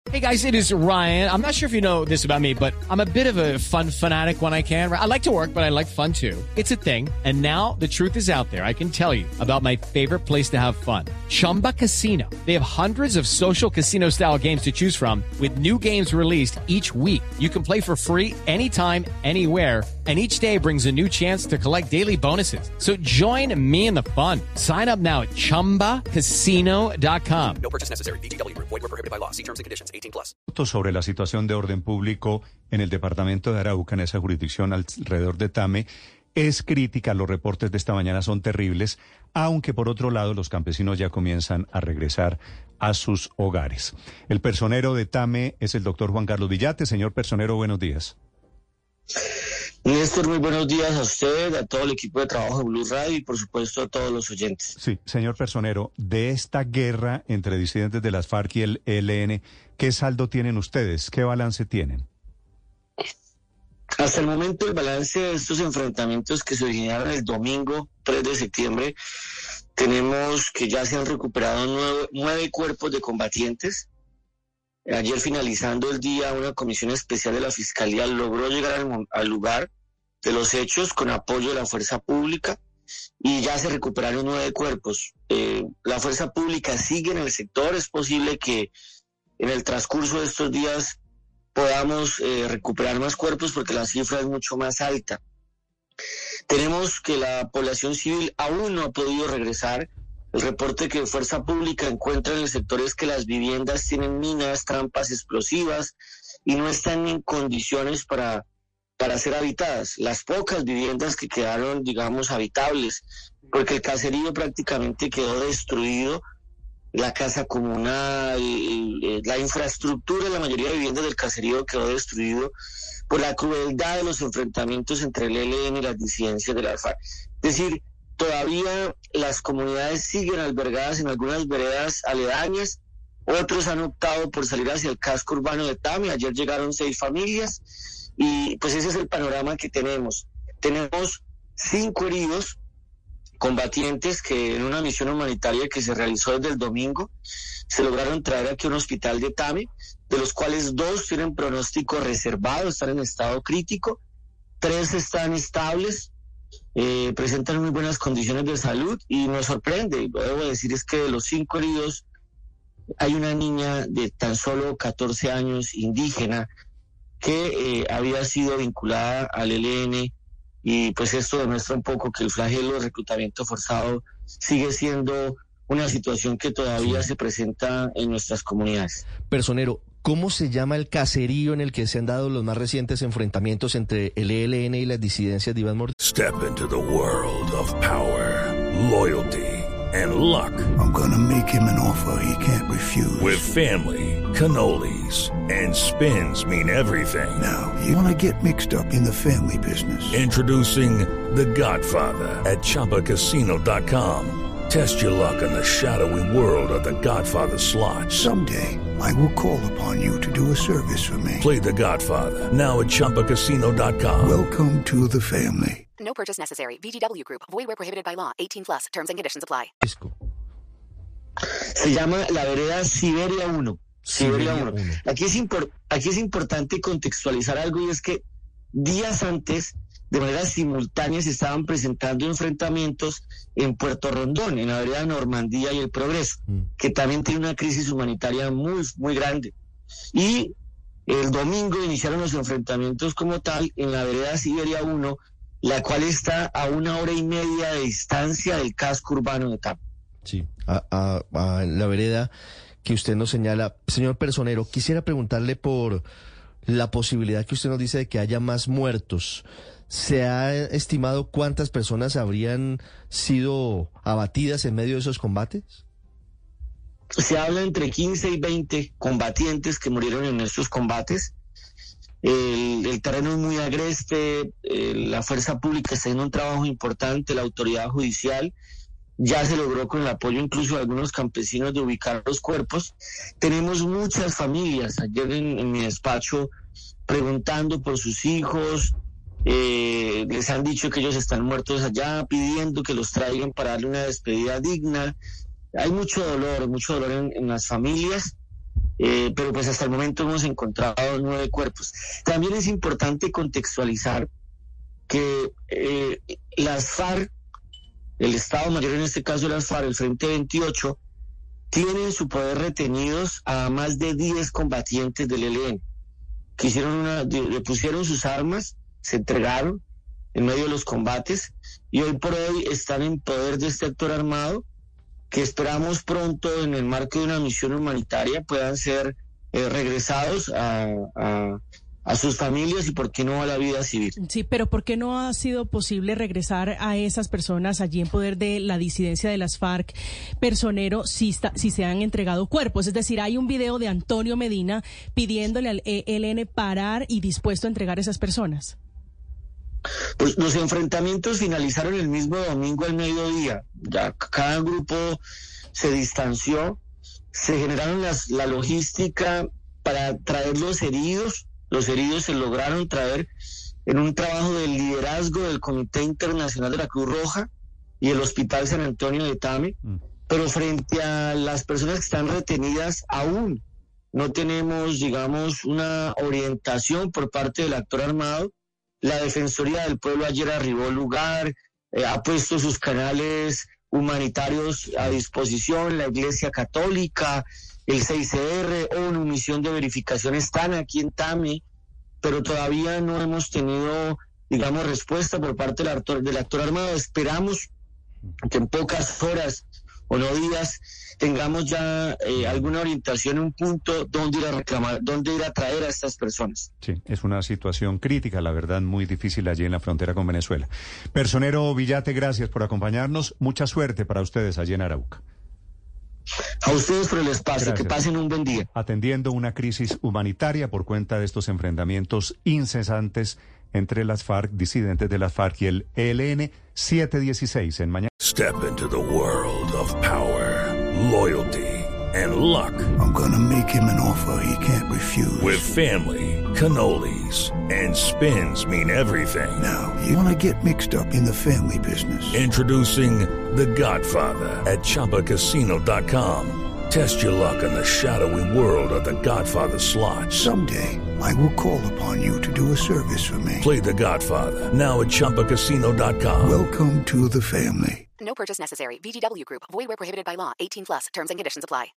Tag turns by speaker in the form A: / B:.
A: Hey guys, it is Ryan. I'm not sure if you know this about me, but I'm a bit of a fun fanatic when I can. I like to work, but I like fun too. It's a thing. And now the truth is out there. I can tell you about my favorite place to have fun. Chumba Casino. They have hundreds of social casino style games to choose from with new games released each week. You can play for free anytime, anywhere. And each day brings a new chance to collect daily bonuses. So join me in the fun. Sign up now at ChumbaCasino.com.
B: No purchase necessary. VGW Group. Void where prohibited by law. See terms and conditions. 18+.
C: Sobre la situación de orden público en el departamento de Arauca, en esa jurisdicción alrededor de Tame, es crítica. Los reportes de esta mañana son terribles, aunque por otro lado los campesinos ya comienzan a regresar a sus hogares. El personero de Tame es el doctor Juan Carlos Villate. Señor personero, buenos días.
D: Néstor, muy buenos días a usted, a todo el equipo de trabajo de Blue Radio y por supuesto a todos los oyentes.
C: Sí, señor personero, de esta guerra entre disidentes de las FARC y el ELN, ¿qué saldo tienen ustedes? ¿Qué balance tienen?
D: Hasta el momento el balance de estos enfrentamientos que se originaron el domingo 3 de septiembre, tenemos que ya se han recuperado 9 cuerpos de combatientes. Ayer, finalizando el día, una comisión especial de la Fiscalía logró llegar al lugar de los hechos con apoyo de la Fuerza Pública y ya se recuperaron 9 cuerpos. La Fuerza Pública sigue en el sector. Es posible que en el transcurso de estos días podamos recuperar más cuerpos porque la cifra es mucho más alta. Tenemos que la población civil aún no ha podido regresar. El reporte que Fuerza Pública encuentra en el sector es que las viviendas tienen minas, trampas explosivas y no están en condiciones para ser habitadas. Las pocas viviendas que quedaron, digamos, habitables, porque el caserío prácticamente quedó destruido, la casa comunal, la infraestructura, la mayoría de viviendas del caserío quedó destruido por la crueldad de los enfrentamientos entre el ELN y las disidencias de la FARC. Es decir, todavía las comunidades siguen albergadas en algunas veredas aledañas, otros han optado por salir hacia el casco urbano de Tame. Ayer llegaron 6 familias y pues ese es el panorama que tenemos. Tenemos 5 heridos combatientes que en una misión humanitaria que se realizó desde el domingo se lograron traer aquí a un hospital de Tame, de los cuales 2 tienen pronóstico reservado, están en estado crítico, 3 están estables, presentan muy buenas condiciones de salud y nos sorprende, debo decir, es que de los 5 heridos hay una niña de tan solo 14 años indígena que había sido vinculada al ELN y pues esto demuestra un poco que el flagelo de reclutamiento forzado sigue siendo una situación que todavía se presenta en nuestras comunidades.
E: Personero, ¿cómo se llama el caserío en el que se han dado los más recientes enfrentamientos entre el ELN y las disidencias de Iván Mordecai?
F: Step into the world of power, loyalty, and luck.
G: I'm gonna make him an offer he can't refuse.
F: With family, cannolis, and spins mean everything.
G: Now, you wanna get mixed up in the family business.
F: Introducing The Godfather at ChumbaCasino.com. Test your luck in the shadowy world of The Godfather slot.
G: Someday, I will call upon you to do a service for me.
F: Play The Godfather, now at ChumbaCasino.com.
G: Welcome to the family.
B: No purchase necessary. VGW Group. Void where prohibited by law. 18+. Terms and conditions apply.
D: Se llama la vereda Siberia 1. Siberia 1. Aquí es importante contextualizar algo y es que días antes, de manera simultánea, se estaban presentando enfrentamientos en Puerto Rondón, en la vereda Normandía y El Progreso, que también tiene una crisis humanitaria muy, muy grande. Y el domingo iniciaron los enfrentamientos como tal en la vereda Siberia 1, la cual está a 1 hora y media de distancia del casco urbano de Tame.
E: Sí, a la vereda que usted nos señala. Señor personero, quisiera preguntarle por la posibilidad que usted nos dice de que haya más muertos. ¿Se ha estimado cuántas personas habrían sido abatidas en medio de esos combates?
D: Se habla entre 15 y 20 combatientes que murieron en estos combates. El terreno es muy agreste, la fuerza pública está haciendo un trabajo importante, la autoridad judicial ya se logró con el apoyo incluso de algunos campesinos de ubicar los cuerpos. Tenemos muchas familias ayer en mi despacho preguntando por sus hijos, les han dicho que ellos están muertos allá, pidiendo que los traigan para darle una despedida digna. Hay mucho dolor en las familias pero pues hasta el momento hemos encontrado 9 cuerpos. También es importante contextualizar que las FARC, el Estado Mayor en este caso las FARC, el Frente 28, tienen en su poder retenidos a más de 10 combatientes del ELN, que le pusieron sus armas, se entregaron en medio de los combates y hoy por hoy están en poder de este actor armado, que esperamos pronto en el marco de una misión humanitaria puedan ser regresados a sus familias y por qué no a la vida civil.
H: Sí, pero ¿por qué no ha sido posible regresar a esas personas allí en poder de la disidencia de las FARC, Personero, si se han entregado cuerpos? Es decir, hay un video de Antonio Medina pidiéndole al ELN parar y dispuesto a entregar a esas personas.
D: Pues los enfrentamientos finalizaron el mismo domingo al mediodía. Ya cada grupo se distanció, se generaron la logística para traer los heridos. Los heridos se lograron traer en un trabajo del liderazgo del Comité Internacional de la Cruz Roja y el Hospital San Antonio de Tame, pero frente a las personas que están retenidas aún no tenemos, digamos, una orientación por parte del actor armado. La Defensoría del Pueblo ayer arribó al lugar, ha puesto sus canales humanitarios a disposición, la Iglesia Católica, el CICR, ONU, Misión de Verificación están aquí en Tame, pero todavía no hemos tenido, digamos, respuesta por parte del actor armado. Esperamos que en pocas horas o no días tengamos ya alguna orientación, un punto donde ir a reclamar, donde ir a traer a estas personas.
C: Sí, es una situación crítica, la verdad, muy difícil allí en la frontera con Venezuela. Personero Villate, gracias por acompañarnos. Mucha suerte para ustedes allí en Arauca.
D: A ustedes por el espacio, gracias. Que pasen un buen día.
C: Atendiendo una crisis humanitaria por cuenta de estos enfrentamientos incesantes entre las FARC, disidentes de las FARC y el ELN, 7:16 en mañana.
F: Step into the world of power, loyalty, and luck.
G: I'm gonna make him an offer he can't refuse.
F: With family, cannolis, and spins mean everything.
G: Now, you wanna get mixed up in the family business.
F: Introducing The Godfather at ChumbaCasino.com. Test your luck in the shadowy world of The Godfather slot.
G: Someday, I will call upon you to do a service for me.
F: Play The Godfather, now at ChumbaCasino.com.
G: Welcome to the family.
B: No purchase necessary. VGW Group. Void where prohibited by law. 18+. Terms and conditions apply.